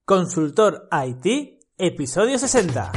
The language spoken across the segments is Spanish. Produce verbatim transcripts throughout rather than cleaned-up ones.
Consultor I T, episodio sesenta.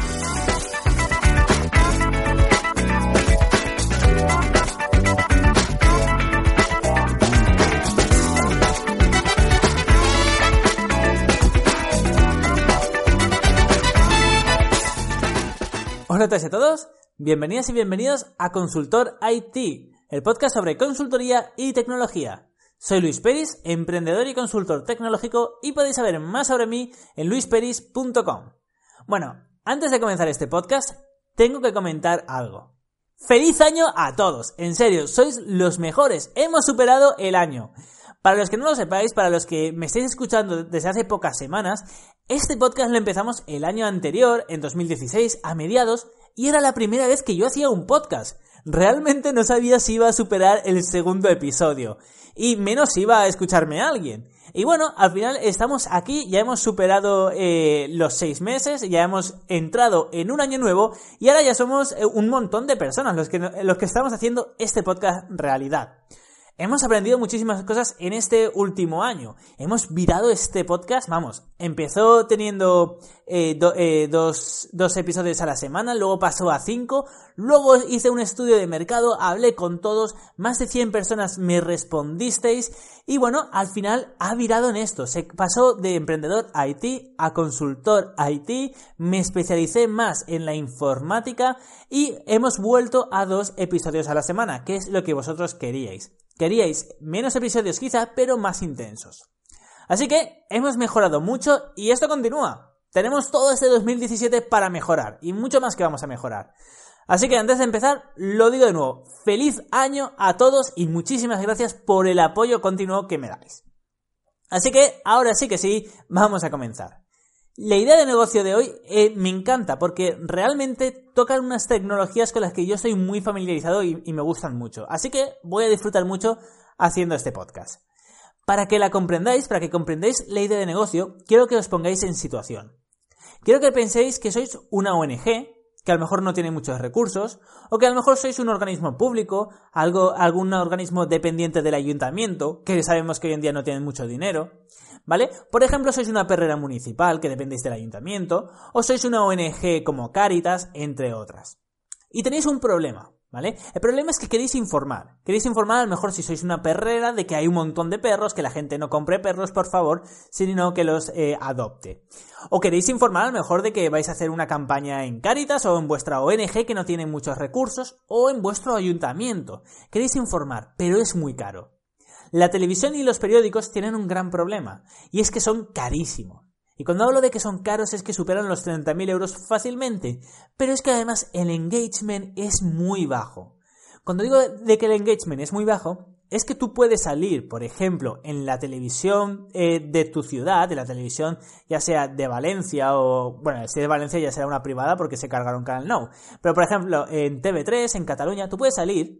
Hola a todos y a todos, bienvenidas y bienvenidos a Consultor I T, el podcast sobre consultoría y tecnología. Soy Luis Peris, emprendedor y consultor tecnológico, y podéis saber más sobre mí en luis peris punto com. Bueno, antes de comenzar este podcast, tengo que comentar algo. ¡Feliz año a todos! En serio, sois los mejores, hemos superado el año. Para los que no lo sepáis, para los que me estáis escuchando desde hace pocas semanas, este podcast lo empezamos el año anterior, en dos mil dieciséis, a mediados, y era la primera vez que yo hacía un podcast. Realmente no sabía si iba a superar el segundo episodio, y menos si iba a escucharme a alguien. Y bueno, al final estamos aquí, ya hemos superado eh, los seis meses, ya hemos entrado en un año nuevo, y ahora ya somos eh, un montón de personas los que, los que estamos haciendo este podcast realidad. Hemos aprendido muchísimas cosas en este último año. Hemos virado este podcast, vamos, empezó teniendo eh, do, eh, dos, dos episodios a la semana, luego pasó a cinco, luego hice un estudio de mercado, hablé con todos, más de cien personas me respondisteis y bueno, al final ha virado en esto. Se pasó de emprendedor I T a consultor I T, me especialicé más en la informática y hemos vuelto a dos episodios a la semana, que es lo que vosotros queríais. Queríais menos episodios quizá, pero más intensos. Así que hemos mejorado mucho y esto continúa. Tenemos todo este dos mil diecisiete para mejorar y mucho más que vamos a mejorar. Así que antes de empezar, lo digo de nuevo. ¡Feliz año a todos y muchísimas gracias por el apoyo continuo que me dais! Así que ahora sí que sí, vamos a comenzar. La idea de negocio de hoy eh, me encanta porque realmente tocan unas tecnologías con las que yo estoy muy familiarizado y, y me gustan mucho. Así que voy a disfrutar mucho haciendo este podcast. Para que la comprendáis, para que comprendáis la idea de negocio, quiero que os pongáis en situación. Quiero que penséis que sois una O N G, que a lo mejor no tiene muchos recursos, o que a lo mejor sois un organismo público, algo, algún organismo dependiente del ayuntamiento, que sabemos que hoy en día no tienen mucho dinero, ¿vale? Por ejemplo, sois una perrera municipal, que dependéis del ayuntamiento, o sois una O N G como Cáritas, entre otras. Y tenéis un problema, ¿vale? El problema es que queréis informar. Queréis informar a lo mejor si sois una perrera de que hay un montón de perros, que la gente no compre perros, por favor, sino que los eh, adopte. O queréis informar a lo mejor de que vais a hacer una campaña en Cáritas o en vuestra O N G que no tiene muchos recursos o en vuestro ayuntamiento. Queréis informar, pero es muy caro. La televisión y los periódicos tienen un gran problema y es que son carísimos. Y cuando hablo de que son caros es que superan los treinta mil euros fácilmente, pero es que además el engagement es muy bajo. Cuando digo de que el engagement es muy bajo, es que tú puedes salir, por ejemplo, en la televisión eh, de tu ciudad, de la televisión ya sea de Valencia o, bueno, si es de Valencia ya será una privada porque se cargaron Canal Nou, pero por ejemplo en T V tres, en Cataluña, tú puedes salir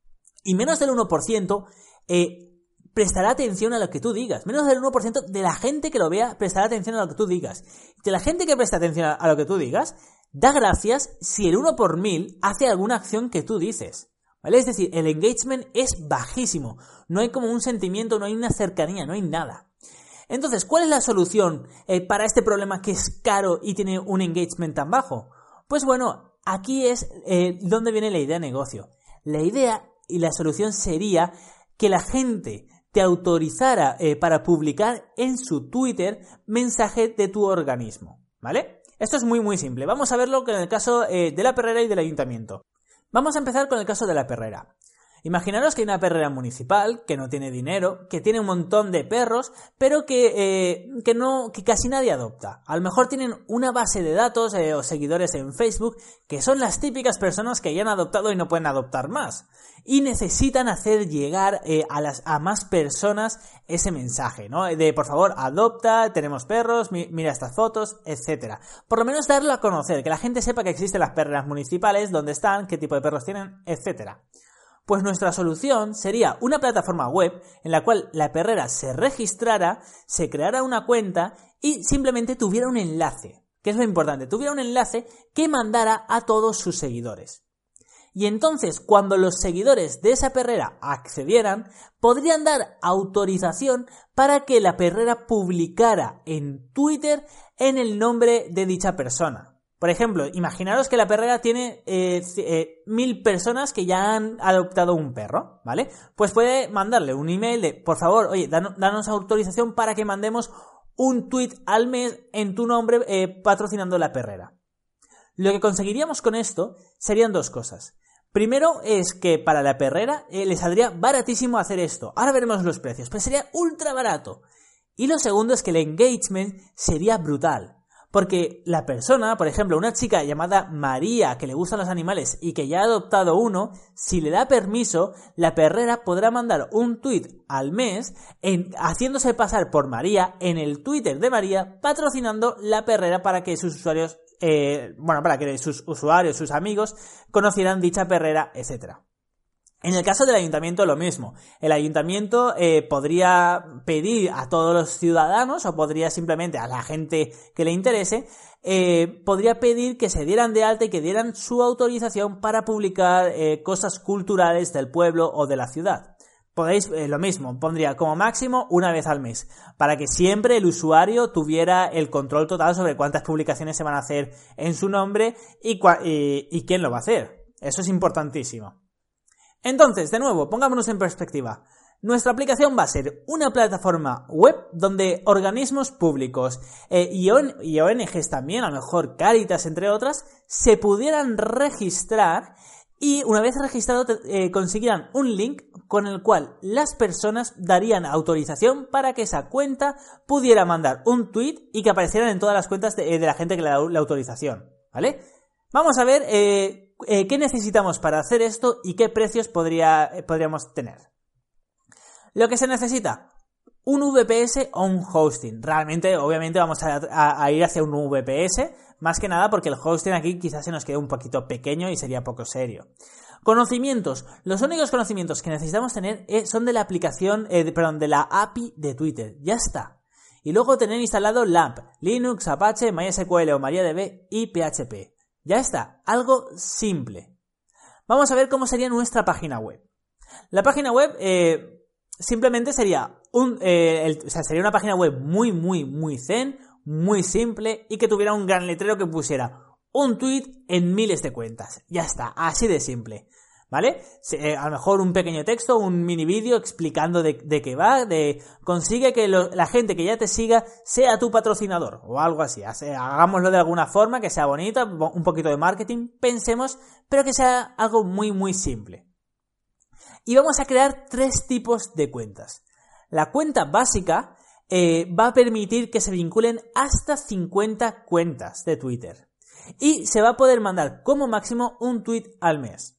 y menos del uno por ciento eh, prestará atención a lo que tú digas. Menos del uno por ciento de la gente que lo vea prestará atención a lo que tú digas. De la gente que presta atención a lo que tú digas, da gracias si el uno por mil hace alguna acción que tú dices, ¿vale? Es decir, el engagement es bajísimo. No hay como un sentimiento, no hay una cercanía, no hay nada. Entonces, ¿cuál es la solución eh, para este problema que es caro y tiene un engagement tan bajo? Pues bueno, aquí es eh, donde viene la idea de negocio. La idea y la solución sería que la gente te autorizara eh, para publicar en su Twitter mensaje de tu organismo, ¿vale? Esto es muy muy simple. Vamos a verlo con el caso eh, de la perrera y del ayuntamiento. Vamos a empezar con el caso de la perrera. Imaginaros que hay una perrera municipal que no tiene dinero, que tiene un montón de perros, pero que, eh, que, no, que casi nadie adopta. A lo mejor tienen una base de datos eh, o seguidores en Facebook que son las típicas personas que ya han adoptado y no pueden adoptar más. Y necesitan hacer llegar eh, a, las, a más personas ese mensaje, ¿no? De por favor, adopta, tenemos perros, mi, mira estas fotos, etcétera. Por lo menos darlo a conocer, que la gente sepa que existen las perreras municipales, dónde están, qué tipo de perros tienen, etcétera. Pues nuestra solución sería una plataforma web en la cual la perrera se registrara, se creara una cuenta y simplemente tuviera un enlace, que es lo importante, tuviera un enlace que mandara a todos sus seguidores. y entonces cuando los seguidores de esa perrera accedieran, podrían dar autorización para que la perrera publicara en Twitter en el nombre de dicha persona. Por ejemplo, imaginaros que la perrera tiene eh, eh, mil personas que ya han adoptado un perro, ¿vale? Pues puede mandarle un email de, por favor, oye, danos, danos autorización para que mandemos un tweet al mes en tu nombre eh, patrocinando la perrera. Lo que conseguiríamos con esto serían dos cosas. Primero es que para la perrera eh, le saldría baratísimo hacer esto. Ahora veremos los precios, pero sería ultra barato. Y lo segundo es que el engagement sería brutal. Porque la persona, por ejemplo, una chica llamada María que le gustan los animales y que ya ha adoptado uno, si le da permiso, la perrera podrá mandar un tweet al mes en, haciéndose pasar por María en el Twitter de María, patrocinando la perrera para que sus usuarios, eh, bueno, para que sus usuarios, sus amigos, conocieran dicha perrera, etcétera. En el caso del ayuntamiento lo mismo. El ayuntamiento eh, podría pedir a todos los ciudadanos o podría simplemente a la gente que le interese, eh, podría pedir que se dieran de alta y que dieran su autorización para publicar eh, cosas culturales del pueblo o de la ciudad. Podéis, eh, lo mismo, pondría como máximo una vez al mes, para que siempre el usuario tuviera el control total sobre cuántas publicaciones se van a hacer en su nombre y, cua- y, y quién lo va a hacer. Eso es importantísimo. Entonces, de nuevo, pongámonos en perspectiva. Nuestra aplicación va a ser una plataforma web donde organismos públicos eh, y, O N Ges también, a lo mejor Cáritas, entre otras, se pudieran registrar y una vez registrado eh, consiguieran un link con el cual las personas darían autorización para que esa cuenta pudiera mandar un tweet y que aparecieran en todas las cuentas de, de la gente que le da la autorización, ¿vale? Vamos a ver eh, eh, qué necesitamos para hacer esto y qué precios podría, eh, podríamos tener. Lo que se necesita, un V P S o un hosting. Realmente, obviamente, vamos a, a, a ir hacia un V P S, más que nada porque el hosting aquí quizás se nos quede un poquito pequeño y sería poco serio. Conocimientos. Los únicos conocimientos que necesitamos tener eh, son de la aplicación, eh, de, perdón, de la A P I de Twitter. Ya está. Y luego tener instalado LAMP, Linux, Apache, MySQL o MariaDB y P H P. Ya está, algo simple. Vamos a ver cómo sería nuestra página web. La página web eh, simplemente sería, un, eh, el, o sea, sería una página web muy, muy, muy zen, muy simple y que tuviera un gran letrero que pusiera un tweet en miles de cuentas. Ya está, así de simple. ¿Vale? Eh, a lo mejor un pequeño texto, un mini vídeo explicando de, de qué va, de consigue que lo, la gente que ya te siga sea tu patrocinador o algo así. Hace, hagámoslo de alguna forma, que sea bonita, un poquito de marketing, pensemos, pero que sea algo muy muy simple. Y vamos a crear tres tipos de cuentas. La cuenta básica eh, va a permitir que se vinculen hasta cincuenta cuentas de Twitter y se va a poder mandar como máximo un tweet al mes.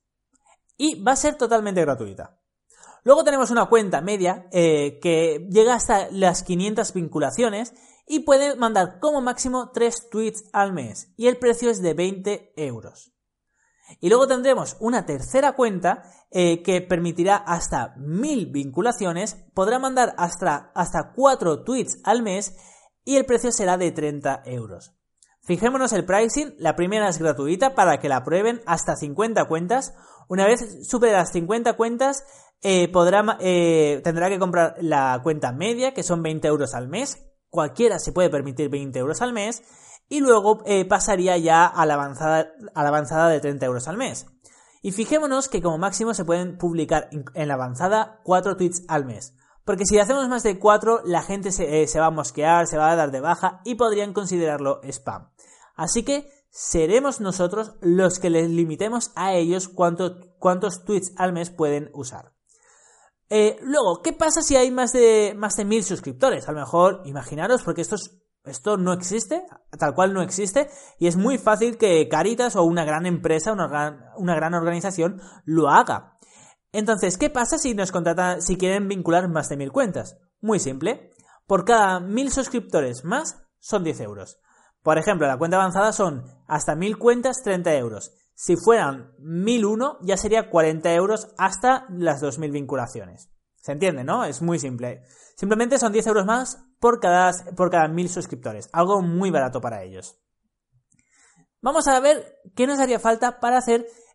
Y va a ser totalmente gratuita. Luego tenemos una cuenta media eh, que llega hasta las quinientas vinculaciones y puede mandar como máximo tres tweets al mes. Y el precio es de veinte euros. Y luego tendremos una tercera cuenta eh, que permitirá hasta mil vinculaciones, podrá mandar hasta, hasta cuatro tweets al mes y el precio será de treinta euros. Fijémonos el pricing, la primera es gratuita para que la prueben hasta cincuenta cuentas. Una vez supere las cincuenta cuentas, eh, podrá, eh, tendrá que comprar la cuenta media, que son veinte euros al mes. Cualquiera se puede permitir veinte euros al mes. Y luego eh, pasaría ya a la, avanzada, a la avanzada de treinta euros al mes. Y fijémonos que como máximo se pueden publicar en la avanzada cuatro tweets al mes. Porque si hacemos más de cuatro, la gente se, eh, se va a mosquear, se va a dar de baja y podrían considerarlo spam. Así que seremos nosotros los que les limitemos a ellos cuánto, cuántos tweets al mes pueden usar. Eh, luego, ¿qué pasa si hay más de más de mil suscriptores? A lo mejor, imaginaros, porque esto, es, esto no existe, tal cual no existe, y es muy fácil que Cáritas o una gran empresa, una gran, una gran organización lo haga. Entonces, ¿qué pasa si nos contratan, si quieren vincular más de mil cuentas? Muy simple. Por cada mil suscriptores más, son diez euros. Por ejemplo, la cuenta avanzada son hasta mil cuentas, treinta euros. Si fueran mil uno, ya sería cuarenta euros hasta las dos mil vinculaciones. ¿Se entiende, no? Es muy simple. Simplemente son diez euros más por cada, por cada mil suscriptores. Algo muy barato para ellos. Vamos a ver qué nos haría falta para hacer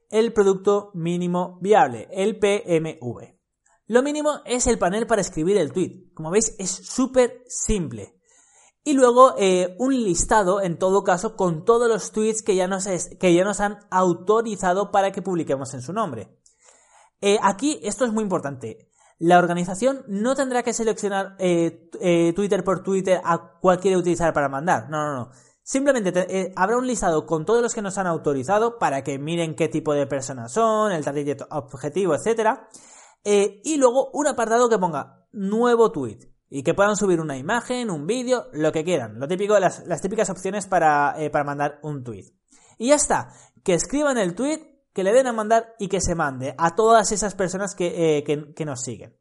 el producto mínimo viable, el P M V. Lo mínimo es el panel para escribir el tweet. Como veis, es súper simple. Y luego eh, un listado, en todo caso, con todos los tweets que ya nos, es, que ya nos han autorizado para que publiquemos en su nombre. Eh, aquí, esto es muy importante. La organización no tendrá que seleccionar eh, eh, Twitter por Twitter a cuál quiere utilizar para mandar. No, no, no. Simplemente te, eh, habrá un listado con todos los que nos han autorizado para que miren qué tipo de personas son, el target objetivo, etcétera. Eh, y luego un apartado que ponga nuevo tweet. Y que puedan subir una imagen, un vídeo, lo que quieran. Lo típico, las, las típicas opciones para, eh, para mandar un tweet. Y ya está. Que escriban el tweet, que le den a mandar y que se mande a todas esas personas que, eh, que, que nos siguen.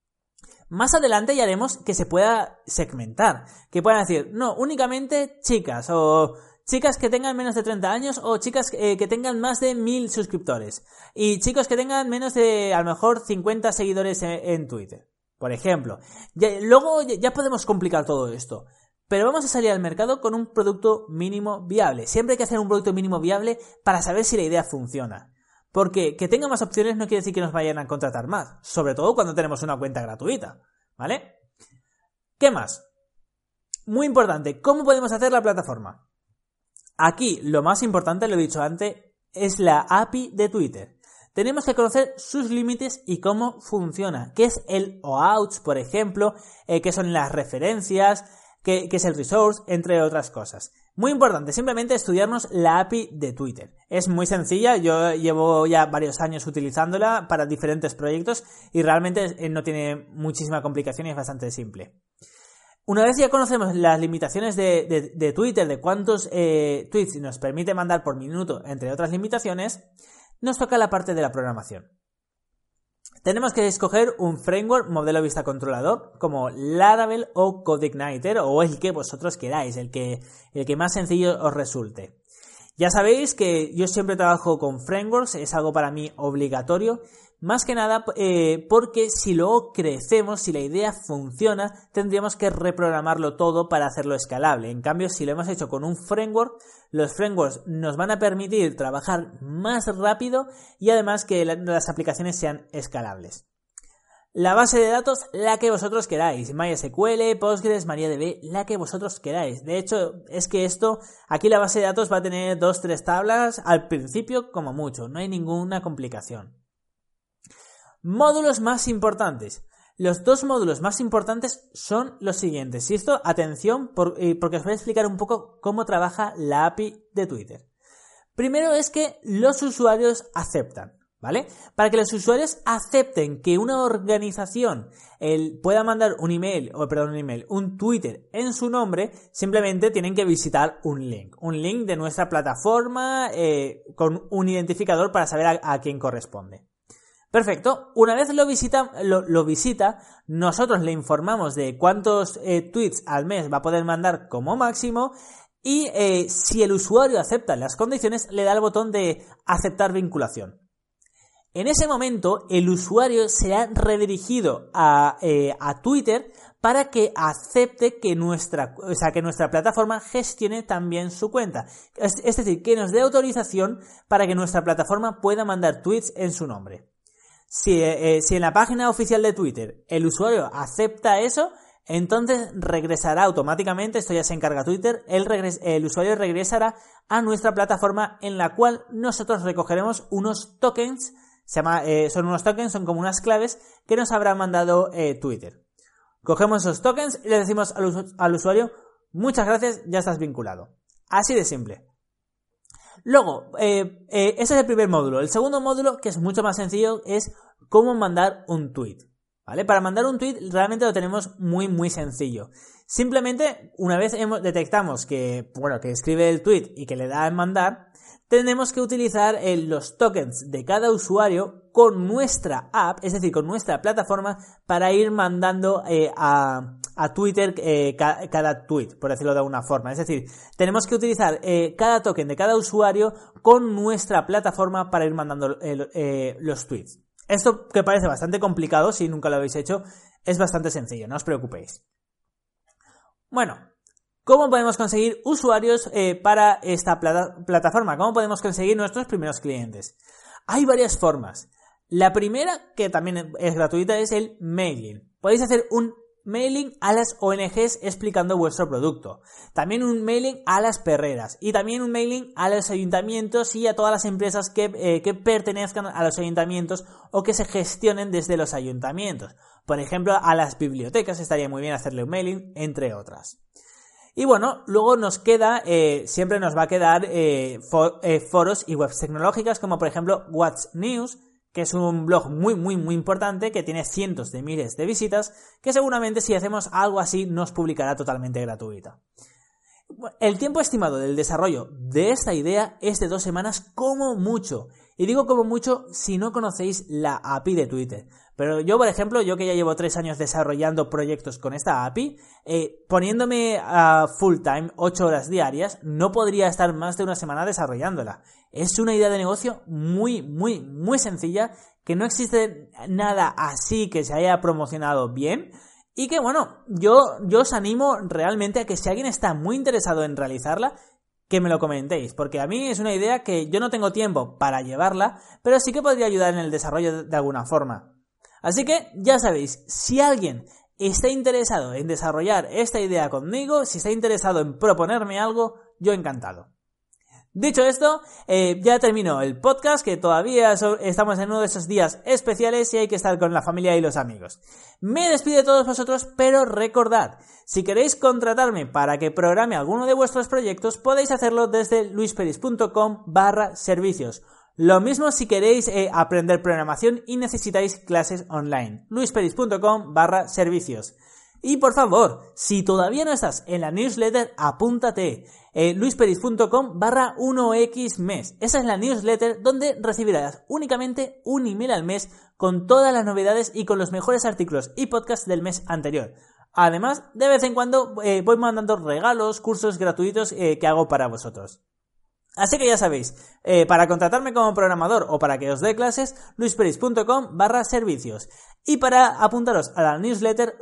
Más adelante ya haremos que se pueda segmentar. Que puedan decir, no, únicamente chicas o chicas que tengan menos de treinta años o chicas eh, que tengan más de mil suscriptores. Y chicos que tengan menos de, a lo mejor, cincuenta seguidores en, en Twitter. Por ejemplo, ya, luego ya podemos complicar todo esto, pero vamos a salir al mercado con un producto mínimo viable. Siempre hay que hacer un producto mínimo viable para saber si la idea funciona. Porque que tenga más opciones no quiere decir que nos vayan a contratar más, sobre todo cuando tenemos una cuenta gratuita, ¿vale? ¿Qué más? Muy importante, ¿cómo podemos hacer la plataforma? Aquí lo más importante, lo he dicho antes, es la A P I de Twitter. Tenemos que conocer sus límites y cómo funciona. ¿Qué es el O A U T S, por ejemplo? Eh, ¿Qué son las referencias? ¿Qué, ¿Qué es el resource? Entre otras cosas. Muy importante, simplemente estudiarnos la A P I de Twitter. Es muy sencilla, yo llevo ya varios años utilizándola para diferentes proyectos y realmente no tiene muchísima complicación y es bastante simple. Una vez ya conocemos las limitaciones de, de, de Twitter, de cuántos eh, tweets nos permite mandar por minuto, entre otras limitaciones, nos toca la parte de la programación. Tenemos que escoger un framework modelo vista controlador como Laravel o CodeIgniter o el que vosotros queráis, el que, el que más sencillo os resulte. Ya sabéis que yo siempre trabajo con frameworks, es algo para mí obligatorio, más que nada eh, porque si luego crecemos, si la idea funciona, tendríamos que reprogramarlo todo para hacerlo escalable. En cambio, si lo hemos hecho con un framework, los frameworks nos van a permitir trabajar más rápido y además que la, las aplicaciones sean escalables. La base de datos, la que vosotros queráis. MySQL, Postgres, MariaDB, la que vosotros queráis. De hecho, es que esto, aquí la base de datos va a tener dos, tres tablas al principio como mucho. No hay ninguna complicación. Módulos más importantes. Los dos módulos más importantes son los siguientes. Y esto, atención, por, eh, porque os voy a explicar un poco cómo trabaja la A P I de Twitter. Primero es que los usuarios aceptan, ¿vale? Para que los usuarios acepten que una organización el, pueda mandar un email, o perdón, un email, un Twitter en su nombre, simplemente tienen que visitar un link. Un link de nuestra plataforma eh, con un identificador para saber a, a quién corresponde. Perfecto, una vez lo visita, lo, lo visita, nosotros le informamos de cuántos eh, tweets al mes va a poder mandar como máximo y eh, si el usuario acepta las condiciones le da el botón de aceptar vinculación. En ese momento el usuario será redirigido a, eh, a Twitter para que acepte que nuestra, o sea, que nuestra plataforma gestione también su cuenta. Es, es decir, que nos dé autorización para que nuestra plataforma pueda mandar tweets en su nombre. Si, eh, si en la página oficial de Twitter el usuario acepta eso, entonces regresará automáticamente, esto ya se encarga Twitter, el, regres- el usuario regresará a nuestra plataforma en la cual nosotros recogeremos unos tokens, se llama, eh, son unos tokens, son como unas claves que nos habrá mandado eh, Twitter. Cogemos esos tokens y le decimos al, usu- al usuario, muchas gracias, ya estás vinculado. Así de simple. Luego, eh, eh, ese es el primer módulo. El segundo módulo, que es mucho más sencillo, es cómo mandar un tweet. ¿Vale? Para mandar un tweet realmente lo tenemos muy muy sencillo. Simplemente, una vez hemos, detectamos que, bueno, que escribe el tweet y que le da a mandar, tenemos que utilizar eh, los tokens de cada usuario con nuestra app, es decir, con nuestra plataforma, para ir mandando eh, a, a Twitter eh, ca, cada tweet, por decirlo de alguna forma. Es decir, tenemos que utilizar eh, cada token de cada usuario con nuestra plataforma para ir mandando eh, eh, los tweets. Esto, que parece bastante complicado, si nunca lo habéis hecho, es bastante sencillo, no os preocupéis. Bueno, ¿cómo podemos conseguir usuarios eh, para esta plata- plataforma? ¿Cómo podemos conseguir nuestros primeros clientes? Hay varias formas. La primera, que también es gratuita, es el mailing. Podéis hacer un mailing a las O N Ges explicando vuestro producto. También un mailing a las perreras. Y también un mailing a los ayuntamientos y a todas las empresas que, eh, que pertenezcan a los ayuntamientos o que se gestionen desde los ayuntamientos. Por ejemplo, a las bibliotecas estaría muy bien hacerle un mailing, entre otras. Y bueno, luego nos queda, eh, siempre nos va a quedar eh, for, eh, foros y webs tecnológicas, como por ejemplo What's News, que es un blog muy muy muy importante que tiene cientos de miles de visitas, que seguramente si hacemos algo así nos publicará totalmente gratuita. El tiempo estimado del desarrollo de esta idea es de dos semanas como mucho. Y digo como mucho si no conocéis la A P I de Twitter. Pero yo, por ejemplo, yo que ya llevo tres años desarrollando proyectos con esta A P I, eh, poniéndome a full time, ocho horas diarias, no podría estar más de una semana desarrollándola. Es una idea de negocio muy, muy, muy sencilla, que no existe nada así que se haya promocionado bien. Y que bueno, yo, yo os animo realmente a que si alguien está muy interesado en realizarla, que me lo comentéis, porque a mí es una idea que yo no tengo tiempo para llevarla, pero sí que podría ayudar en el desarrollo de alguna forma. Así que ya sabéis, si alguien está interesado en desarrollar esta idea conmigo, si está interesado en proponerme algo, yo encantado. Dicho esto, eh, ya termino el podcast, que todavía so- estamos en uno de esos días especiales y hay que estar con la familia y los amigos. Me despido de todos vosotros, pero recordad, si queréis contratarme para que programe alguno de vuestros proyectos, podéis hacerlo desde luisperis.com barra servicios. Lo mismo si queréis eh, aprender programación y necesitáis clases online. luisperis.com barra servicios. Y por favor, si todavía no estás en la newsletter, apúntate. Eh, luisperis.com barra 1x mes. Esa es la newsletter donde recibirás únicamente un email al mes con todas las novedades y con los mejores artículos y podcasts del mes anterior. Además, de vez en cuando eh, voy mandando regalos, cursos gratuitos eh, que hago para vosotros. Así que ya sabéis, eh, para contratarme como programador o para que os dé clases, luisperis.com barra servicios. Y para apuntaros a la newsletter,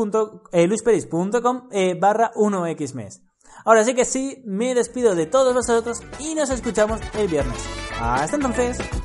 luisperis.com eh, barra 1x mes. Ahora sí que sí, me despido de todos vosotros y nos escuchamos el viernes. Hasta entonces.